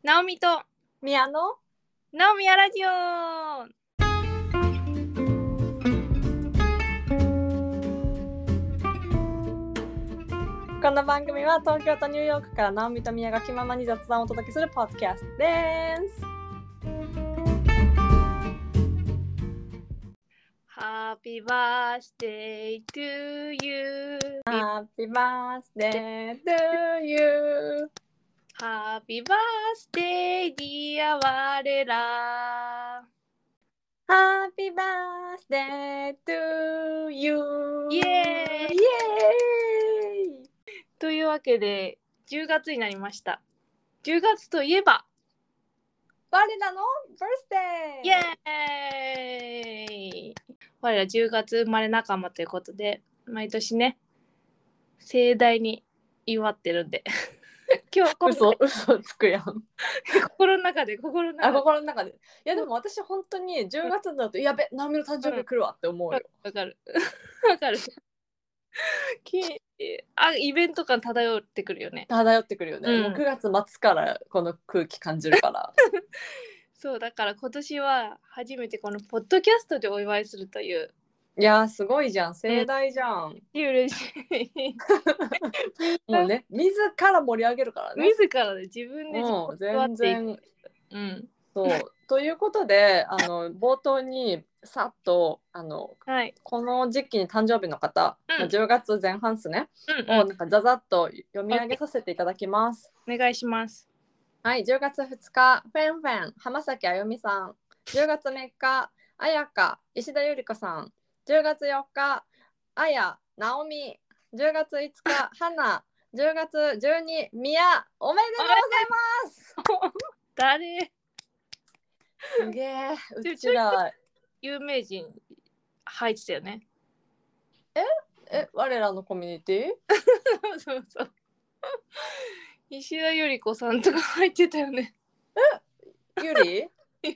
ナオミと宮野ナオミヤラジオ。 この番組は東京とニューヨークからナオミと宮が気ままに雑談をお届けするポッドキャストです。 Happy birthday to you. Happy birthday to you. Happy birthday dear 我ら。 Happy birthday to you. イエーイイエーイというわけで10月になりました。10月といえば我らのバースデー。イエーイ。我ら10月生まれ仲間ということで毎年ね盛大に祝ってるんで今回嘘つくやん。 心の中で心の中でいやでも私本当に10月だとやべナオミの誕生日来るわって思うよ。 わかるわかるイベント感漂ってくるよね。 漂ってくるよね、もう9月末からこの空気感じるからそうだから今年は初めてこのポッドキャストでお祝いするという。 いやすごいじゃん、盛大じゃん、 嬉しいもうね自ら盛り上げるからね。 自らで自分で全然そうということで冒頭にさっとはい、 この時期に誕生日の方、10月前半ですね、をなんかざざっと読み上げさせていただきます。 お願いします。 はい、10月2日フェンフェン浜崎あゆみさん。10月3日あやか石田ゆり子さん。10月4日あやなおみ。10月5日はな。10月12日みや。おめでとうございます誰すげえ、うちら有名人入ってたよね。 我らのコミュニティそう石田ゆり子さんとか入ってたよね。 ゆり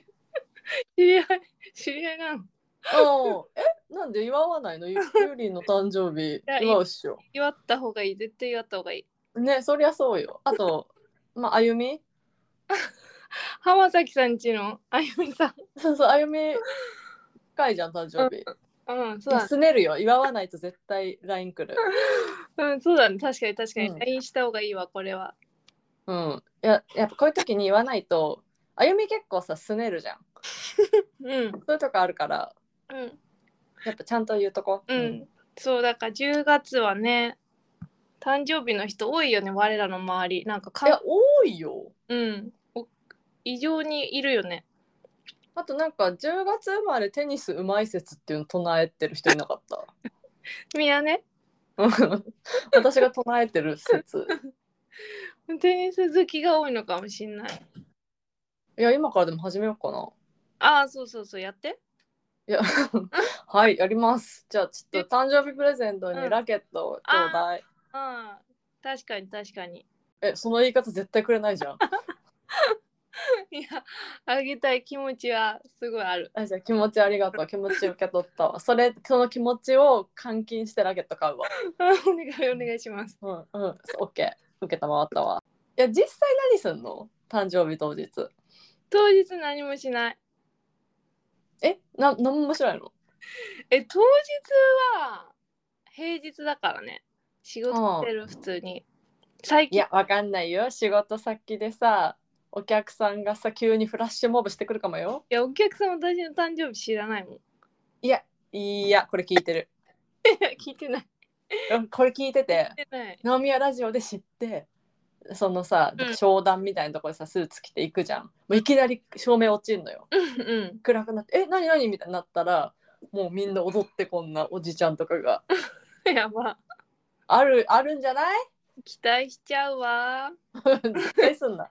知り合いなの。 なんで祝わないの？ゆりの誕生日祝うっしょ。 祝った方がいい、絶対祝った方がいいね。そりゃそうよ。あとあゆみ浜崎さんちのあゆみさん。 そうあゆみ近いじゃん誕生日。 そうだね。 すねるよ、祝わないと絶対 LINE 来る。 そうだね、確かに、LINE した方がいいわこれは。 やっぱこういう時に言わないと、あゆみ結構さすねるじゃん。そういうとこあるから、やっぱちゃんと言うとこ。 そうだから10月はね誕生日の人多いよね、我らの周り。なんかいや多いよ。 異常にいるよね。 あとなんか10月生まれテニスうまい説っていうの唱えてる人いなかったみんなね私が唱えてる説テニス好きが多いのかもしんない。 いや今からでも始めようかな。 そうやって。 いやはいやります。じゃあちょっと誕生日プレゼントにラケットをちょうだい。 確かにその言い方絶対くれないじゃんいやあげたい気持ちはすごいある。 じゃあ気持ちありがとう。気持ち受け取ったわ。その気持ちを換金してラケット買うわお願いします。 オッケー。受けたまわったわ。いや実際何すんの？誕生日当日何もしない。 何も面白いの？ 当日は平日だからね、仕事してる普通に。最近いやわかんないよ、仕事先でさお客さんがさ急にフラッシュモブしてくるかもよ。 いやお客さん私の誕生日知らないもん。 いやこれ聞いてる聞いてないこれ聞いててナオミヤラジオで知って、そのさ商談みたいなところでさスーツ着ていくじゃん。もういきなり照明落ちるのよ。暗くなって何みたいになったらもうみんな踊ってこんなおじちゃんとかがやば。 あるんじゃない？ 期待しちゃうわ絶対すんな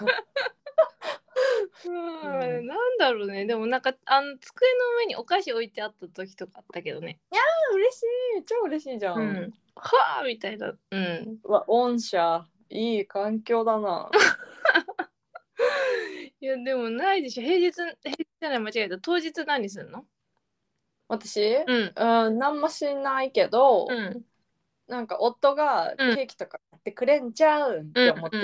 なんだろうね。でもなんか机の上にお菓子置いてあった時とかあったけどね。 いや嬉しい、超嬉しいじゃん。 はあみたいな。 御社いい環境だな。 いやでもないでしょ。平日じゃない、間違えた。当日何すんの？ 私何もしないけど、なんか夫がケーキとか買ってくれんちゃうんって思ってる。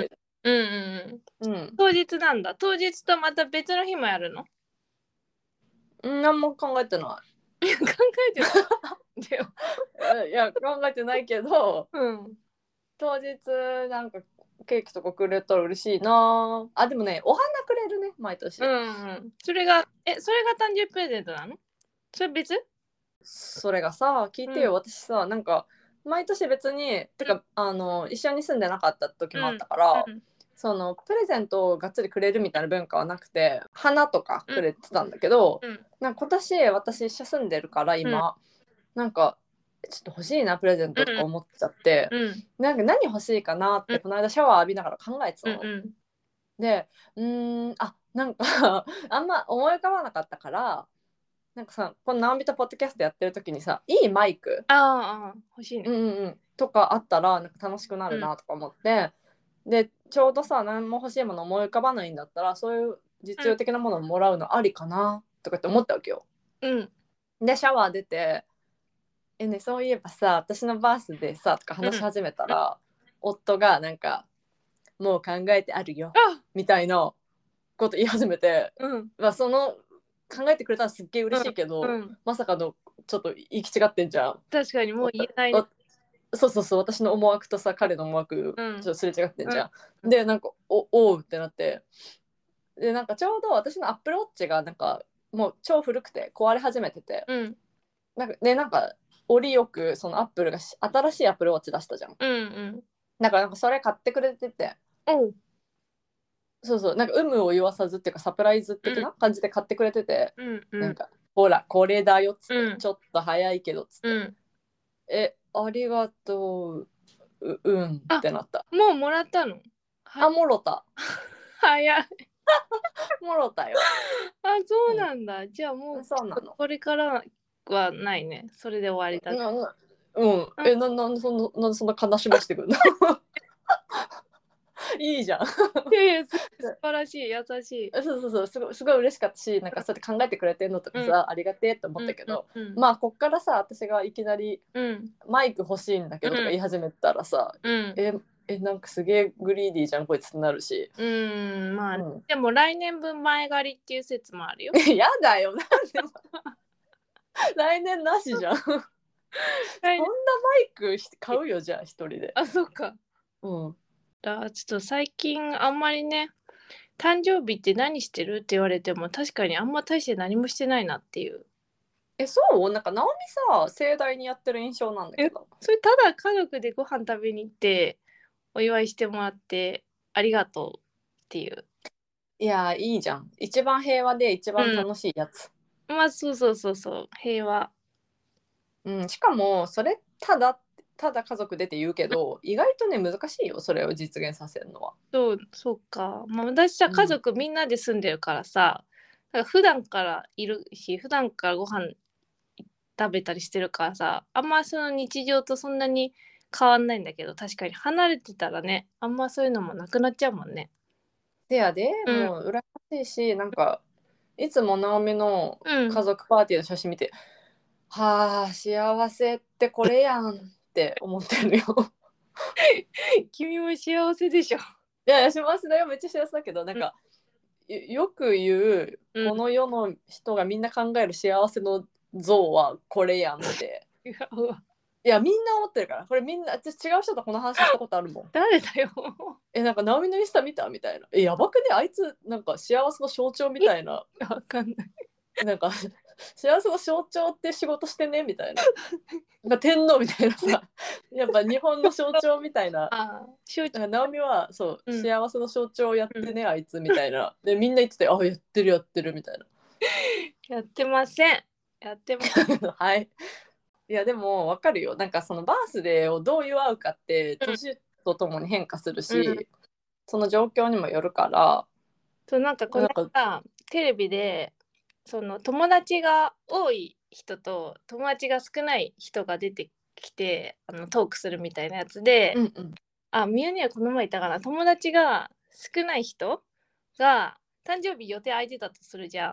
うんうんうん。 うん。 当日なんだ。当日とまた別の日もやるの？ 何も考えてな考えてないんだよ。 い。いや、考えてないけど、 うん。 当日なんかケーキとかくれたら嬉しいなあ。でもね、お花くれるね、毎年。 うんうん。それが誕生日プレゼントなの？それ別？ それがさ、聞いてよ、私さ、なんか、毎年別に、てか、一緒に住んでなかった時もあっうんたから、 うんその、プレゼントをがっつりくれるみたいな文化はなくて、花とかうんくれてたんだけど、 うんなんか今年、私一緒住んでるから、 うん今、なんか、ちょっと欲しいな、プレゼントとか思っちゃって、 うんなんか何欲しいかなって、この間シャワー浴びながら考えてたの。 うんで、なんかあんま思い浮かばなかったから、なんかさ、この直美とポッドキャストやってる時にさ、いいマイク、 ああ欲しいね。 とかあったらなんか楽しくなるうんなとか思って、でちょうどさ、何も欲しいもの思い浮かばないんだったら、そういう実用的なものをもらうのありかなとかって思ったわけよ。 うんでシャワー出てね、そういえばさ、私のバースデーさとか話しうん。 始めたら、夫がなんかもう考えてあるよあみたいなこと言い始めて、 うんその考えてくれたらすっげえ嬉しいけど、 うん。 まさかのちょっと行き違ってんじゃん。 確かにもうお言えないね。 そうそうそう、私の思惑とさ、彼の思惑うんちょっとすれ違ってんじゃん。 うんでなんかおうってなって、でなんかちょうど私のアップルウォッチがなんかもう超古くて壊れ始めてて、 うんなんか折よくそのアップルが新しいアップルウォッチ出したじゃん。 うんうんだからなんかそれ買ってくれてて、 おうそうそう、なんか有無を言わさずっていうかサプライズ的な感じで買ってくれてて、 うんうんなんかほらこれだよっつって、 うんちょっと早いけどっつって、 うんありがとうんっあてなった。 もうもらったの？はもろた。 早い。 もろたよ。 そうなんだ。じゃあもうそうなの。 これからはないね。それで終わりだ。あなんでそんな悲しましてくるのいいじゃん。 いやいや素晴らしい優しい。 そうそうそう、すごい嬉しかったし、なんかそうやって考えてくれてんのとかうんさ、ありがてえって思うんったけど、 うんまあこっからさ、私がいきなりうんマイク欲しいんだけどとか言い始めたらさ、 うんなんかすげえグリーディーじゃんこいつってなるし、 まあ、 うん、 でも来年分前借りっていう説もあるよ。 やだよ、なんでも来年なしじゃんそんなマ来年イク買うよ、じゃあ一人で。 そっか。 うん。 ちょっと最近あんまりね、誕生日って何してるって言われても確かにあんま大して何もしてないなっていう。 そうなんか直美さ、盛大にやってる印象なんだけど。 それただ家族でご飯食べに行ってお祝いしてもらってありがとうっていう。 いや、いいじゃん。一番平和で一番楽しいやつ。 まあそうそうそうそう平和。 しかも、それただ家族でって言うけど、意外とね、難しいよ、それを実現させるのは。 そうか。まあ私さ家族みんなで住んでるからさ、だから普段からいるし普段からご飯食べたりしてるからさ、あんまその日常とそんなに変わんないんだけど、確かに離れてたらね、あんまそういうのもなくなっちゃうもんね。 でやで、 うんもう羨ましいし、なんか、いつも直美のうん家族パーティーの写真見て、はあ、幸せってこれやんって思ってるよ。 君も幸せでしょ。 いやいや、幸せだよ、めっちゃ幸せだけど、なんか、よく言う、 うんこの世の人がみんな考える幸せの像はこれやんって。 いやうわいや、みんな思ってるから。これみんな、私違う人とこの話したことあるもん。 誰だよ。 なんか、直美のインスタ見たみたいな。やばくね、あいつ、なんか幸せの象徴みたいな。 わかんない。 なんか、幸せの象徴って仕事してねみたいな。なんか天皇みたいなさ、やっぱ日本の象徴みたいな。 承知。 なんか直美はそう、 うん幸せの象徴をやってね、あいつみたいな。で、みんな言ってて、やってるやってるみたいな。 やってません。やってません。 はい。いや、でも分かるよ。なんかそのバースデーをどう祝うかって年とともに変化するし、 うん、 その状況にもよるから。 なんかこのなんか間テレビでその友達が多い人と友達が少ない人が出てきてトークするみたいなやつで、みゆにはこの前言ったかな、友達が少ない人が誕生日予定空いてたとするじゃん。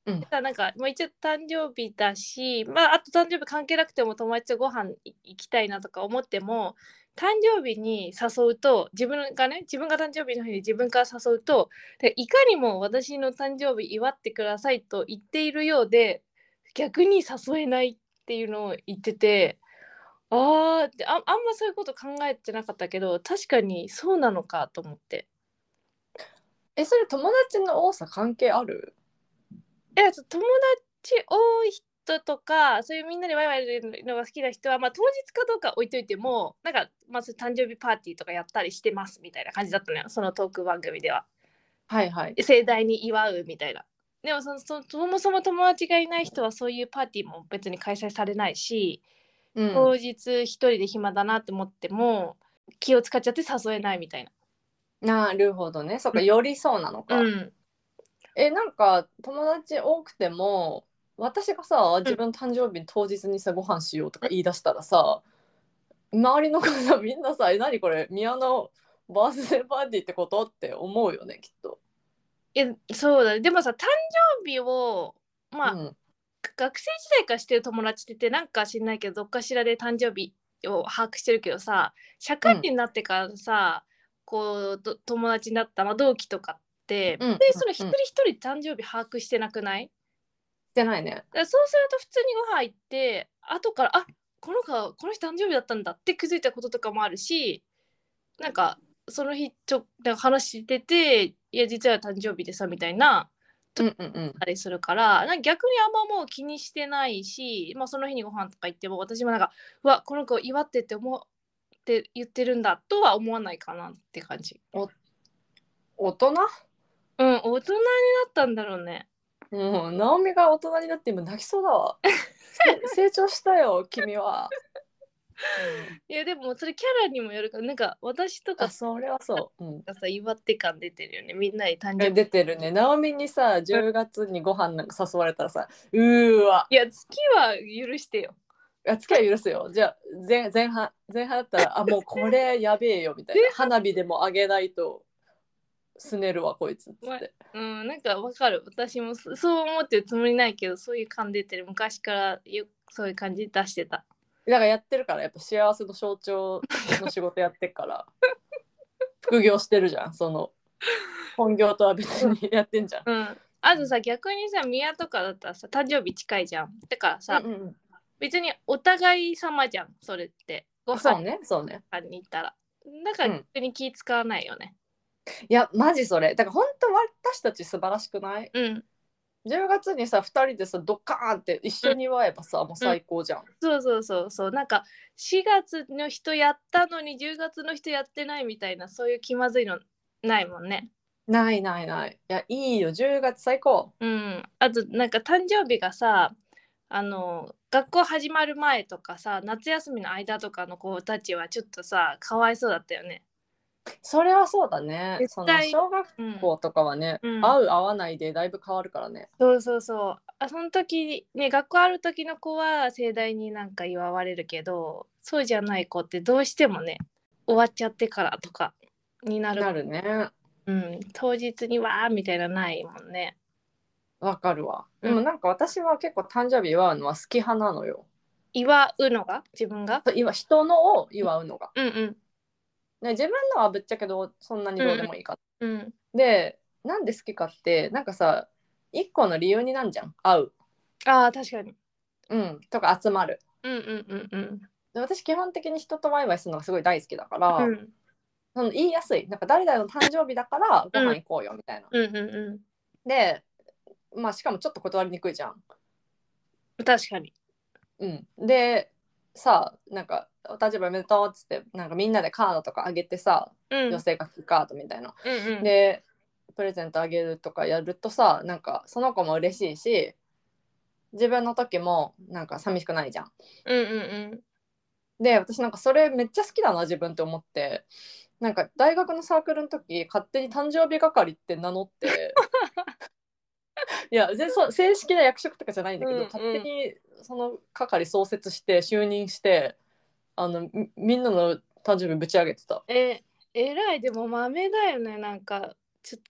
うんなんか、まあ、一応誕生日だし、まあ、あと誕生日関係なくても友達とご飯行きたいなとか思っても、誕生日に誘うと、自分が誕生日の日に自分から誘うと、でいかにも私の誕生日祝ってくださいと言っているようで、逆に誘えないっていうのを言ってて、あんまそういうこと考えてなかったけど、確かにそうなのかと思って。 それ友達の多さ関係ある？ 友達多い人とか、そういうみんなでワイワイやるのが好きな人は、まあ、当日かどうか置いといても、なんか、まあ、そういう誕生日パーティーとかやったりしてますみたいな感じだったのよ、そのトーク番組では。 はいはい。 盛大に祝うみたいな。でもそもそも友達がいない人はそういうパーティーも別に開催されないし、当日一人で暇だなって思っても気を使っちゃって誘えないみたいな。 なるほどね。そっか、よりそうなのか。 うん。 なんか友達多くても、私がさ、 うん。 自分の誕生日当日にさ、ご飯しようとか言い出したらさ、周りの方みんなさ、何これ、宮のバースデーパーティーってことって思うよね、きっと。 そうだね。でもさ、誕生日を、まあ、 うん。 学生時代からしてる友達って言ってなんか知んないけどどっかしらで誕生日を把握してるけどさ、社会人になってからさ、こう友達になった、まあ、同期とかってうん。 でその一うん。 人一人誕生日把握してなくない？ してないね。 だからそうすると普通にご飯行って後からこの人誕生日だったんだって気づいたこととかもあるし、なんかその日なんか話してて、いや実は誕生日でさみたいなうんうんうん。 たりするから、なんか逆にあんまもう気にしてないし、まあ、その日にご飯とか行っても私もなんかうわこの子祝ってって思って言ってるんだとは思わないかなって感じ。 大人。 うん、大人になったんだろうね。 もう、ナオミが大人になって今泣きそうだわ。成長したよ、君は。うん。 いやでもそれキャラにもよるから、なんか私とかそれはそう。うん。 がさ祝って感出てるよね、みんなに誕生日。 出てるね。ナオミにさ、 うん、 10月にご飯なんか誘われたらさ、わ。 いや月は許してよ。 付き合い許すよ。じゃあ、前半だったら、もうこれやべえよみたいな。花火でもあげないとすねるわ、こいつっつっまて。 うん、なんかわかる。私もそう思ってるつもりないけど、そういう感出てる。昔からそういう感じ出してた。 だからやってるから、やっぱ幸せの象徴の仕事やってっから、副業してるじゃん。本業とは別にやってんじゃん。 うん。あとさ、逆にさ、宮とかだったらさ、誕生日近いじゃん。だからさ、 うんうん別にお互い様じゃん、それって。ごうん。 飯そうね、そうね。 に行ったら。だからうん。 逆に気使わないよね。 いや、マジそれ。だから本当私たち素晴らしくない？ うん。 10 月にさ、2人でさ、ドッカーンって一緒に祝えばさ、もううん。 最高じゃん。 そうそうそうそう。なんか、4月の人やったのに10月の人やってないみたいな、そういう気まずいのないもんね。 ないないない。いや、いいよ、10月最高。 うん。あと、なんか誕生日がさ、学校始まる前とかさ、夏休みの間とかの子たちはちょっとさ、かわいそうだったよね。 それはそうだね。 絶対、 小学うん、 校とかはね、 うん、 合う合わないでだいぶ変わるからね。 そうそうそう。その時ね、学校ある時の子は盛大になんか祝われるけど、そうじゃない子ってどうしてもね、終わっちゃってからとかになる。 なるね。 うん、当日にわーみたいなのないもんね。 わかるわ。でうん、 もなんか私は結構誕生日祝うのは好き派なのよ。 祝うのが自分が。 人のを祝うのが。 うんうんね、自分のはぶっちゃけそんなにうんどうでもいいかうん。 で、なんで好きかって、なんかさ、一個の理由になんじゃん。会う。 ああ、確かに。 うん。とか集まる。 うんうんうんうんで、私基本的に人とワイワイするのがすごい大好きだから、 うん言いやすい。なんか誰々の誕生日だからごうん飯行こうよみたいな。 うんうんで、まあしかもちょっと断りにくいじゃん。 うん。確かに。 うん。で、さ、なんか、お誕生日おめでとうっつって、なんかみんなでカードとかあげてさ、 うん寄せ書きカードみたいな。 うんうんで、プレゼントあげるとかやるとさ、なんかその子も嬉しいし、自分の時もなんか寂しくないじゃん。 うんうんで、私なんかそれめっちゃ好きだな自分って思って、なんか大学のサークルの時勝手に誕生日係って名乗って、いや全然そう正式な役職とかじゃないんだけど、 うん勝手にその係創設して就任して、みんなの誕生日ぶち上げてた。 えらい、でも豆だよね、なんか、ちょっと。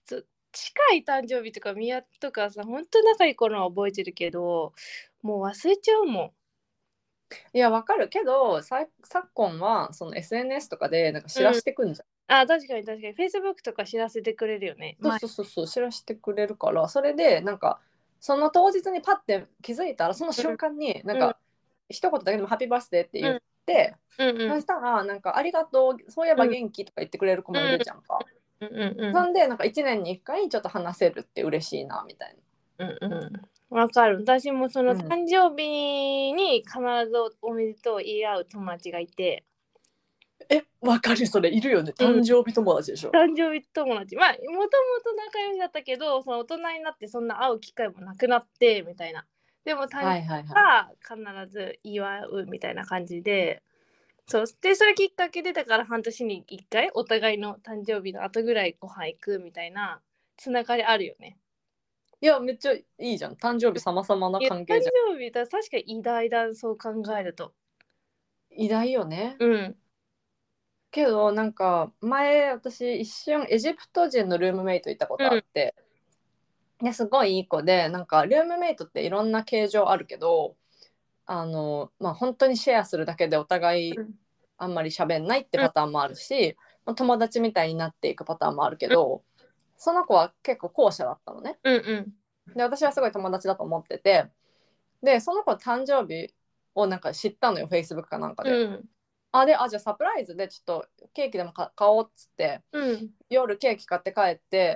近い誕生日とか宮とかさ、本当仲いい頃は覚えてるけど、もう忘れちゃうもん。 いやわかるけど昨今はその SNS とかでなんか知らしてくんじゃん。 あ、確かに確かに。Facebook とか知らせてくれるよね。 そう前。 そうそうそう、知らしてくれるから、それでなんかその当日にパッて気づいたらその瞬間になんうんか一言だけでも「ハッピーバースデー」ってうん言って、 うんうんそしたらなんか「ありがとう、そういえうんば元気」とか言ってくれる子もいるじゃんか。 うんそんでなんか1年に1回ちょっと話せるって嬉しいなみたいうんうんうん。わかる。私もそのな。うん、 誕生日に必ずおめでとう言い合う友達がいて、 わかる、それいるよね、 うん、 誕生日友達でしょ。 誕生日友達、まあもともと仲良しだったけど、その大人になってそんな会う機会もなくなってみたいな。でも誕生日はいはいはい。 は必ず祝うみたいな感じで、そうでそれきっかけでだから半年に1回お互いの誕生日の後ぐらいご飯行くみたいなつながりあるよね。 いやめっちゃいいじゃん、誕生日様々ないや誕関係じゃん。 生日だ確かに偉大だ、そう考えると。 偉大よね。 うんけどなんか前私一瞬エジプト人のルームメイトいたこうんとあって、ですごいいい子で、なんかルームメイトっていろんな形状あるけど、まあ本当にシェアするだけでお互いうんあんまり喋んないってうんパターンもあるし、友達みたいになっていくパターンもあるけど、その子は結構後者だったのね。 うんうんで私はすごい友達だと思ってて、でその子誕生日をなんか知ったのよ、 Facebook かなんかで。 うんじゃあサプライズでちょっとケーキでも買おうっつってうん夜ケーキ買って帰って、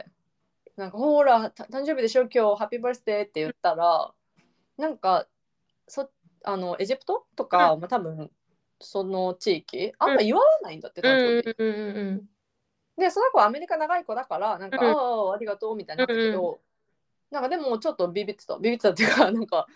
なんかほら誕生日でしょ今日ハッピーバースデーって言ったら、なんかそエジプトとか、まあ、多分その地域あんま言わないんだって誕生日うんうんうんで、その子はアメリカ長い子だからなんかうんありがとうみたいになったけうんど、なんかでもちょっとビビってたっていうかなんか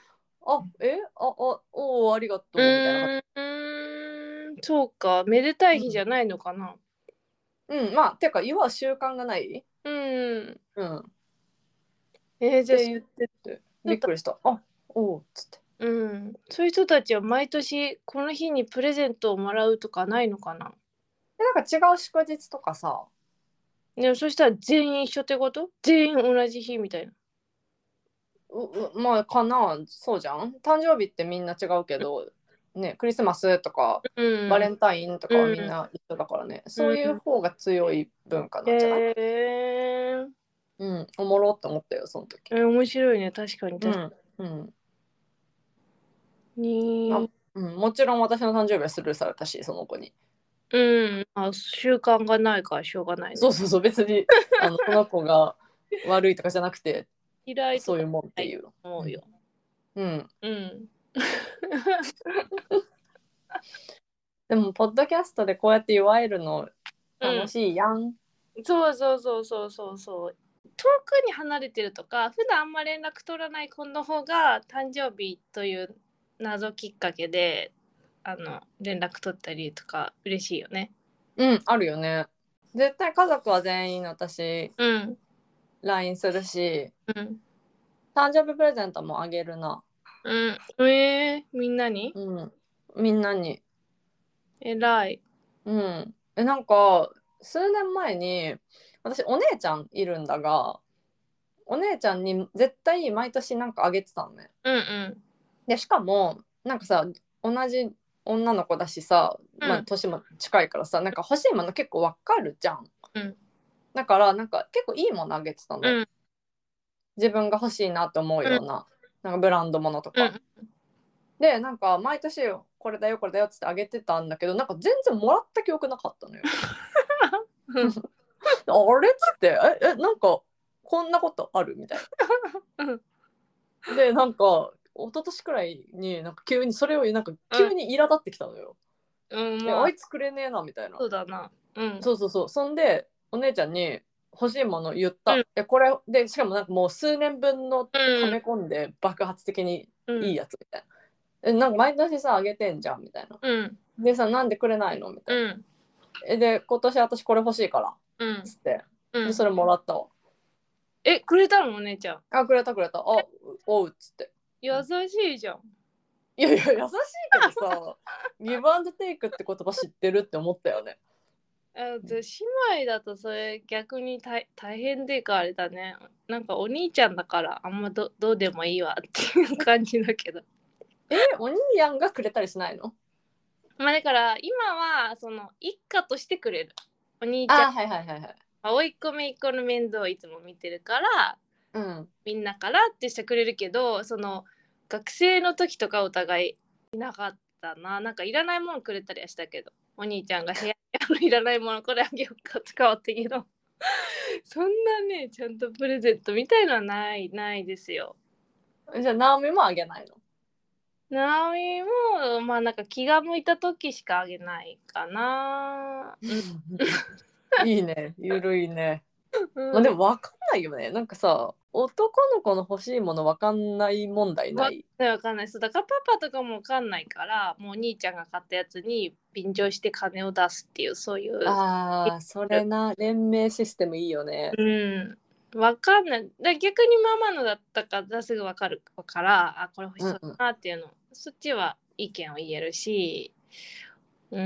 おーありがうとうみたいな感そうか、めでたいじ。 日じゃないのかな。 うん、まあてか祝う習慣がない、 うんうんっじゃあて言っててびっくりした。おうっつって。 そういう人たちは毎年この日にプレゼントをもらうとかないのかな。 でなんか違う祝日とかさ、 でもそしたら全員一緒ってこと、全員同じ日みたいな。 まあかな、そうじゃん、誕生日ってみんな違うけどね、クリスマスとかうんバレンタインとかはみんうんな一緒だからね、 うんそういう方が強い文化なんじゃない？ へえうん、おもろって思ったよその時。 面白いね、確かに確かうんうんに。 もちろん私の誕生日はスルーされたしその子に。 習慣がないからしょうがないね。 そうそうそう、別にその子が悪いとかじゃなくて嫌いとかそういうもんってないという。 思うよ。 うんうん。 でもポッドキャストでこうやって祝えるの楽うしいやん。 ん。そうそうそうそうそうそう。遠くに離れてるとか、普段あんま連絡取らない子の方が誕生日という謎きっかけで連絡取ったりとか嬉しいよね。 うんあるよね。絶対家族は全員私うん LINE するし、 うん誕生日プレゼントもあげるな。 うん。みんなにうん、みんなに。 偉い。 うん。なんか数年前に私お姉ちゃんいるんだが、お姉ちゃんに絶対毎年なんかあげてたのね。 うんうんでしかもなんかさ、同じ女の子だしさ、まあうん年も近いからさ、なんか欲しいもの結構わかるじゃん。 うんだからなんか結構いいものあげてたの。 うん自分が欲しいなと思ううんような、なんかブランド物とか。 うんでなんか毎年これだよこれだよっつってあげてたんだけど、なんか全然もらった記憶なかったのよ。 うん。 あれっつってなんかこんなことあるみたいな。でなんか一昨年くらいになんか急にそれをなんか急に苛立ってきたのよ。 まああいつくれねえなみたいな。 そうだな。うんそうそうそう、そんでお姉ちゃんに欲しいもの言っうんた。これでしかもなんかもう数年分のうん溜め込んで爆発的にうんいいやつみたいな。なんか毎年さあげてんじゃんみたいな。 うんでさなんでくれないのみたいな。 うんで今年私これ欲しいからうんつって、 うん。 でそれもらったわ。 くれたのお姉ちゃん。 くれたくれた。おうっつって。 優しいじゃん。 いやいや優しいけどさギブアンドテイクって言葉知ってるって思ったよね。 姉妹だとそれ逆に大変っていうかあれだね。なんかお兄ちゃんだからあんまどうでもいいわっていう感じだけど。 お兄やんがくれたりしないの？ まあだから今はその一家としてくれる。お兄ちゃん、 はいはいはいはい。 甥っ子姪っ子の面倒をいつも見てるから、 うん。 みんなからってしてくれるけど、その学生の時とかお互いいなかったな。なんかいらないものくれたりはしたけど、お兄ちゃんが部屋にいらないものこれあげようかとかはあったけど、そんなね、ちゃんとプレゼントみたいのはないですよ。 じゃあナオミもあげないの？ ナオミも、まあなんか気が向いた時しかあげないかな。 いいね、ゆるいね。 うん。 まあでも分かんないよね。なんかさ、男の子の欲しいもの分かんない問題ない？ わかんない。そうだからパパとかもわかんないから、もう兄ちゃんが買ったやつに便乗して金を出すっていう、そういう。 ああ、それな、連名システムいいよね。 うん。わかんない。逆にママのだったからすぐわかるから、あ、これ欲しそううんうん。 だなっていうの、そっちは意見を言えるし、うん、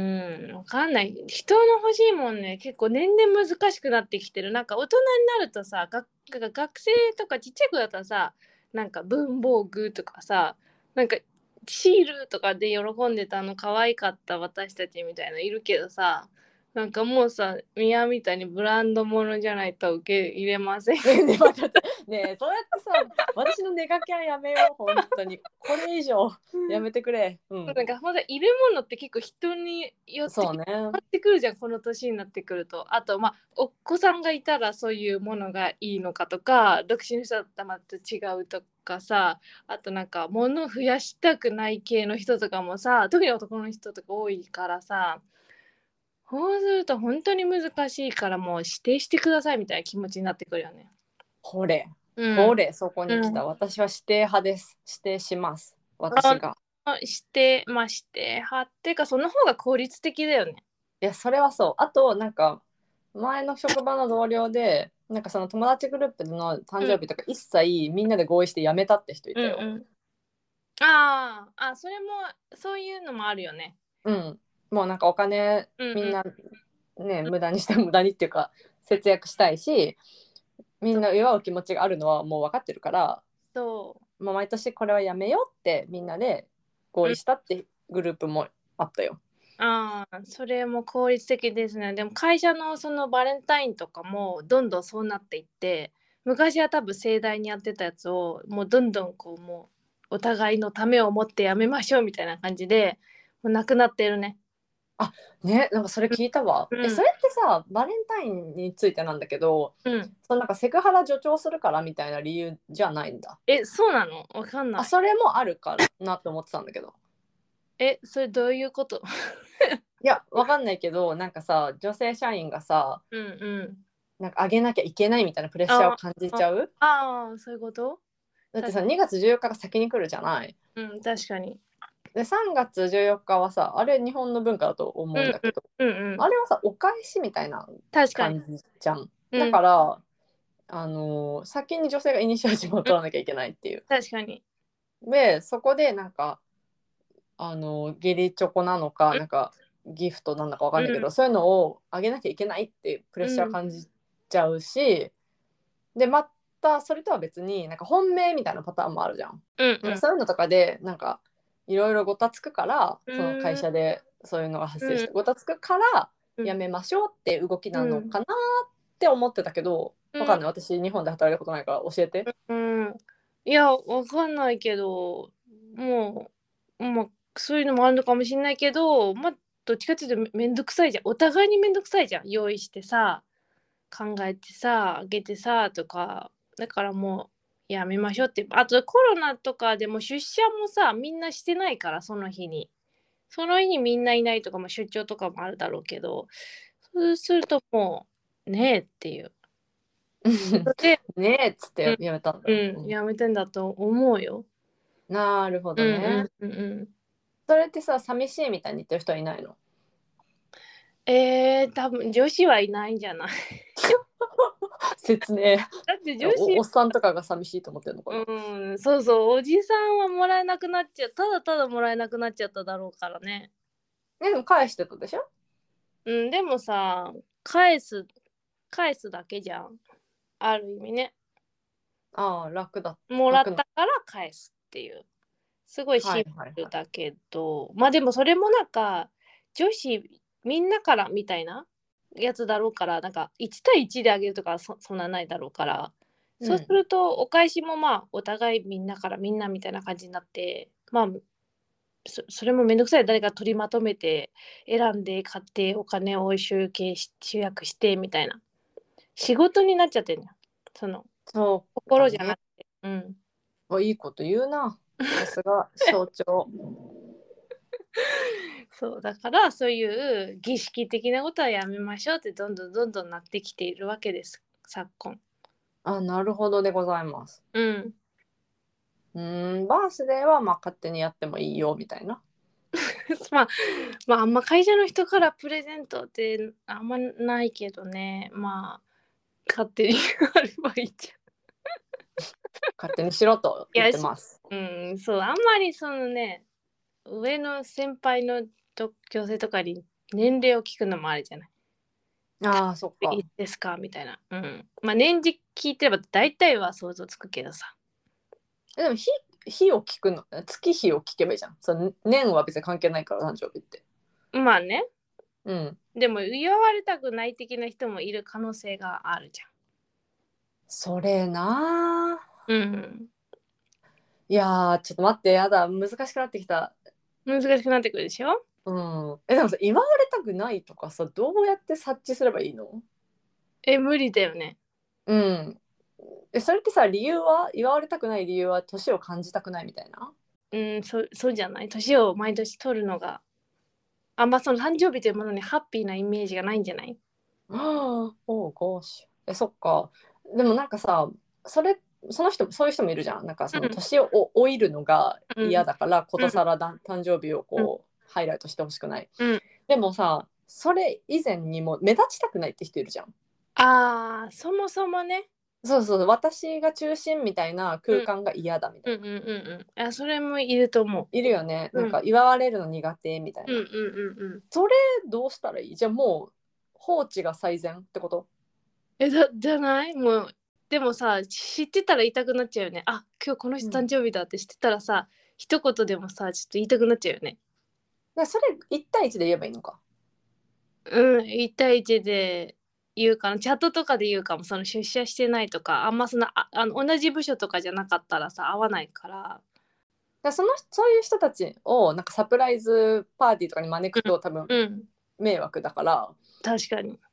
わかんない。人の欲しいもんね、結構年々難しくなってきてる。なんか大人になるとさ、学生とかちっちゃい子だったらさ、なんか文房具とかさ、なんかシールとかで喜んでたの可愛かった私たちみたいないるけどさ、なんかもうさ、宮みたいにブランドものじゃないと受け入れません。 ねえねえ、待って待って。ねえ、そうやってさ、私のネガキャンやめよう、本当に。これ以上やめてくれ。うん。 なんかほんといるものって結構人によってそうね。 変わってくるじゃん、この年になってくると。あとまあお子さんがいたらそういうものがいいのかとか、独身の人だったらまた違うとかさ、あとなんか物を増やしたくない系の人とかもさ、特に男の人とか多いからさ、そうすると本当に難しいからもう指定してくださいみたいな気持ちになってくるよね。 ほれ。 うん。 ほれ、そこに来た。 うん。 私は指定派です。指定します。私あ、 が。 まあして派っていうかその方が効率的だよね。 いや、それはそう。あと、なんか、前の職場の同僚で、なんかその友達グループの誕うん。 生日とか一切みんなで合意して辞めたって人いうんたよ。 うん。それも、そういうのもあるよね。 うん。もうなんかお金うんうん。 みんなね、無駄にして無駄にっていうか節約したいし、みそう。 んな祝う気持ちがあるのはもう分かってるから、 そまあ、毎年これはやめようってみんなで合う。うん。 意したってグループもあったよ。 それも効率的ですね。でも会社のそのバレンタインとかもどんどんそうなっていって、昔は多分盛大にやってたやつをもうどんどんこうもうお互いのためを思ってやめましょうみたいな感じで、もうなくなってるね。 あ、ね、なんかそれ聞いたわ。 うん。 それってさ、バレンタインについてなんだけど、 うん。 そのなんかセクハラ助長するからみたいな理由じゃないんだ。 そうなの？わかんあ、 ない。 それもあるかなって思ってたんだけど。 それどういうこと？ いや、わかんないけど、なんかさ、女性社員がさ、 うんうん。 なんかあげなきゃいけないみたいなプレッシャーをあ感じちあ、 ゃう。 そういうこと？ただってさ、2月14日が先に来るじゃない。 うん、確かに。 で、3月14日はさ、あれ日本の文化だとうんうん思うんだけど、 うんうん。 あれはさ、お返しみたいな確かに。 感じじゃん。だうん、 から、先に女性がイニシアチブをうん、 取らなきゃいけないっていう。 確かに。 で、そこでなんか、義理チョコなのか、 うんなんか、ギフトなんだかわかんないけうんど、そういうのをあげなきゃいけないってプレッシャーうん感じちゃうし、で、また、それとは別に、なんか本命みたいなパターンもあるじゃん。 うんうんでそういうのとかで、なんか、いろいろごたつくから、 うその会ん社でそういうのが発うん生して、ごたつくから、 うんやめましょうって動きなうんのかなって思ってたけど、 うんわかんない。私、日本で働いたことないから教えて。 うん。いや、わかんないけど、まあ、そういうのもあるのかもしれないけど、まあ、どっちかっていうとめんどくさいじゃん。お互いにめんどくさいじゃん。用意してさ、考えてさ、あげてさ、とか。だからもう、やめましょうって。あとコロナとかでも出社もさ、みんなしてないから、その日に。その日にみんないないとか、出張とかもあるだろうけど、そうするともう、ねえっていう。で、 ねえっつってうん、 やめたんだ。 うん、やめてんだと思うよ。 なるほうどね。 んうんうんうん。 それってさ、寂しいみたいに言ってる人はいないの？ 多分女子はいないんじゃない？ 説明。 だって女子、 おっさんとかが寂しいと思ってるのかな。 うん、そうそう、おじさんはもらえなくなっちゃう、ただただもらえなくなっちゃっただろうからね。 でも返してたでしょ？ うん、でもさ、返すだけじゃん。ある意味ね。 ああ、楽もらっ楽な。 たから返すっていう。すごいシンはいはいはい。 プルだけど、まあでもそれもなんか、女子みんなからみたいなやつだろうから、なんか1対1であげるとかそんなないだろうから、そうすうん。 るとお返しもまあお互いみんなからみんなみたいな感じになって、まあそれもめんどくさい。誰か取りまとめて選んで買ってお金を集約してみたいな仕事になっちゃってるのよ。そのそうだね。 心じゃなくて。うん。 いいこと言うな。さすが象徴。 そうだからそういう儀式的なことはやめましょうってどんどんどんどんなってきているわけです昨今。 あ、なるほどでございます。 うん。 バースデーはまあ勝手にやってもいいよみたいな。 まああんま会社の人からプレゼントってあんまないけどね。まあ勝手にあればいいじ勝手にしろとゃん。 言ってます。 そうあんまりそのね上の先輩の女性とかに年齢を聞くのもあるじゃない。 ああ、そっか。 いいですかみたいな。うん。まあ年次聞いてれば大体は想像つくけどさ。 でも日を聞くの、月日を聞けばいいじゃん。その年は別に関係ないから、誕生日って。 まあね。 うん。 でも祝われたくない的な人もいる可能性があるじそれなあ。 ゃん。うん。 いやー、ちょっと待って、やだ、難しくなってきた。 難しくなってくるでしょ。 うん。でもさ、祝われたくないとかさ、どうやって察知すればいいの？ 無理だよね。 うん。それってさ、理由は、祝われたくない理由は、年を感じたくないみたいな？ うん、そうじゃない。年を毎年取るのがあんまその誕生日というものにハッピーなイメージがないんじゃない？ ああ、おう、ゴーシュ。そっか。でもなんかさ、それ、その人、そういう人もいるじゃん。なんかそのうん年を老いるのがうん嫌だから、ことうんさら誕生日をうんこう、ハイライトしてほしくない。 うん。 でもさ、それ以前にも目立ちたくないって人いるじゃん。 ああ、そもそもね。 そうそう、私が中心みたいなうん空間が嫌だみたいな。 それもいると思いるよね。 う。うんなんか祝われるの苦手みたいな。 うん。 それどうしたらいい？じゃあもう放置が最善ってこと？ じゃないもう。でもさ、知ってたら言いたくなっちゃうよね。あ、今日この人誕うん。 生日だって知ってたらさ、一言でもさ、ちょっと言いたくなっちゃうよね。 それ1対1で言えばいいのか。 うん、1対1で言うかな。チャットとかで言うかも。その出社してないとか、あんまその、同じ部署とかじゃなかったらさ、合わないから。 そういう人たちをなんかサプライズパーティーとかに招くと多分うん、 迷惑だから、 確かに。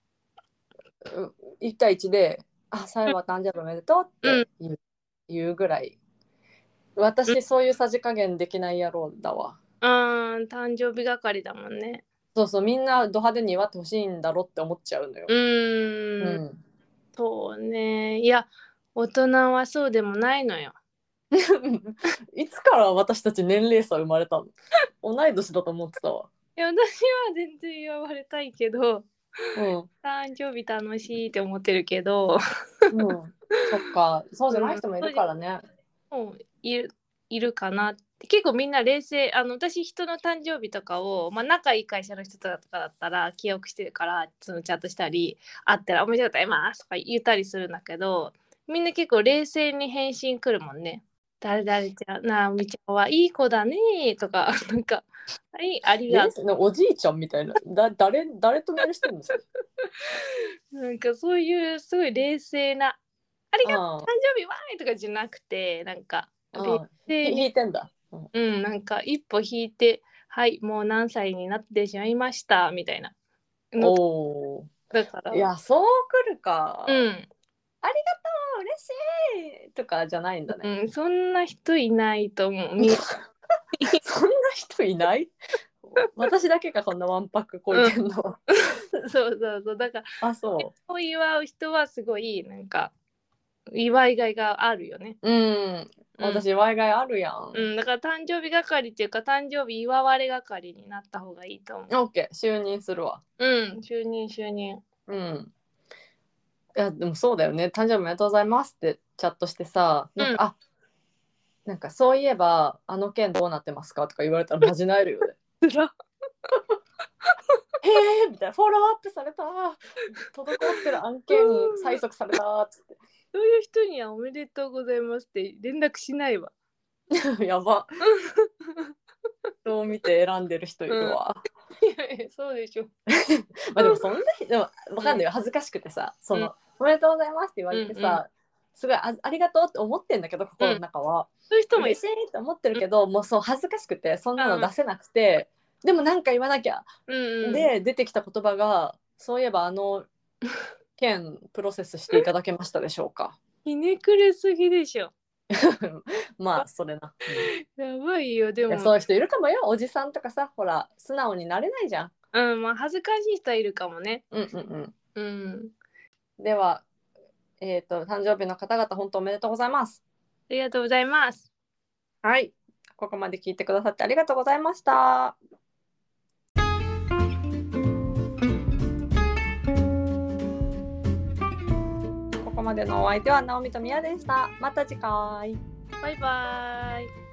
1対1で「あ、さやは誕生日おめでとう」っうん、 て言うぐらい。私そういうさじ加減できない野郎だわ。 誕生日係だもんね。 そうそう、みんなド派手に祝ってほしいんだろって思っちゃうのよ。 うーん、 うん。 そうね。いや、大人はそうでもないのよ。 いつから私たち年齢差生まれたの？同い年だと思ってたわ。 いや、私は全然言われたいけど、 うん。 誕生日楽しいって思ってるけど、 うん。そっか、そうじゃないうん、 人もいるからね。 もういるかなって。結構みんな冷静。私人の誕生日とかを、まあ、仲いい会社の人とかだったら記憶してるからそのチャットしたり会ったら「おめでとうございます」とか言ったりするんだけど、みんな結構冷静に返信来るもんね。誰々ちゃん、なあみちゃんはいい子だねとか、なんか、はい、ありがとなんかおじいちゃんみたいな。誰とメールしてるんですか？ う。なんかそういうすごい冷静な、ありがとう、 あ誕生日わーいとかじゃなくて、なんか冷あ、 静に、 引いてんだ。うん、 なんか一歩引いて、はい、もう何歳になってしまいましたみたいなのと。 おお。 だから、 いや、そう来るうか。 ん、 ありがとう、嬉しいとかじゃないんだね。 そんな人いないと思う。 そんな人いない？私だけか、こんなわんぱくこいてんのは。 そうそうそう。だから、 あ、そそう祝う人はすごい、なんか、祝いがいがあるよね。 う。うん。 うん。 私、ワイガイあるやん。 だから誕生日係っていうか、誕生日祝われ係になった方がいいと思う。 オッケー、就任するわ。 就任。 うん。いや、でもそうだよね。誕生日おめでとうございますってチャットしてさ、 うん。 なんかそういえば、あの件どうなってますかとか言われたらマジなえるよね。 つら。 へーみたいな、フォローアップされた、滞ってる案件催促されたっつっそういう人にはおめでとうございますって連絡しないわ。 てやば、人を見て選んでる人いるわ、 いやいやそうでしょ。 まあでもそんなでもわかんないよ、恥ずかしくてさ、その、おめでとうございますって言われてさ、すごいありがとうって思ってんだけど、心の中は、 そういう人もいる。 嬉しいって思ってるけど、もうそう恥ずかしくてそんなの出せなくて、でもなんか言わなきゃ、で出てきた言葉が、そういえば件プロセスしていただけましたでしょうか。 ひねくれすぎでしょ。 まあそれな、 やばいよでも。 そういう人いるかもよ、おじさんとかさ、ほら素直になれないじゃん。 まあ恥ずかしい人はいるかもね。 では、誕生日の方々本当おめでとうございます。 ありがとうございます。 はい、ここまで聞いてくださってありがとうございました。ここまでのお相手はナオミとミヤでした。また次回。 バイバイ。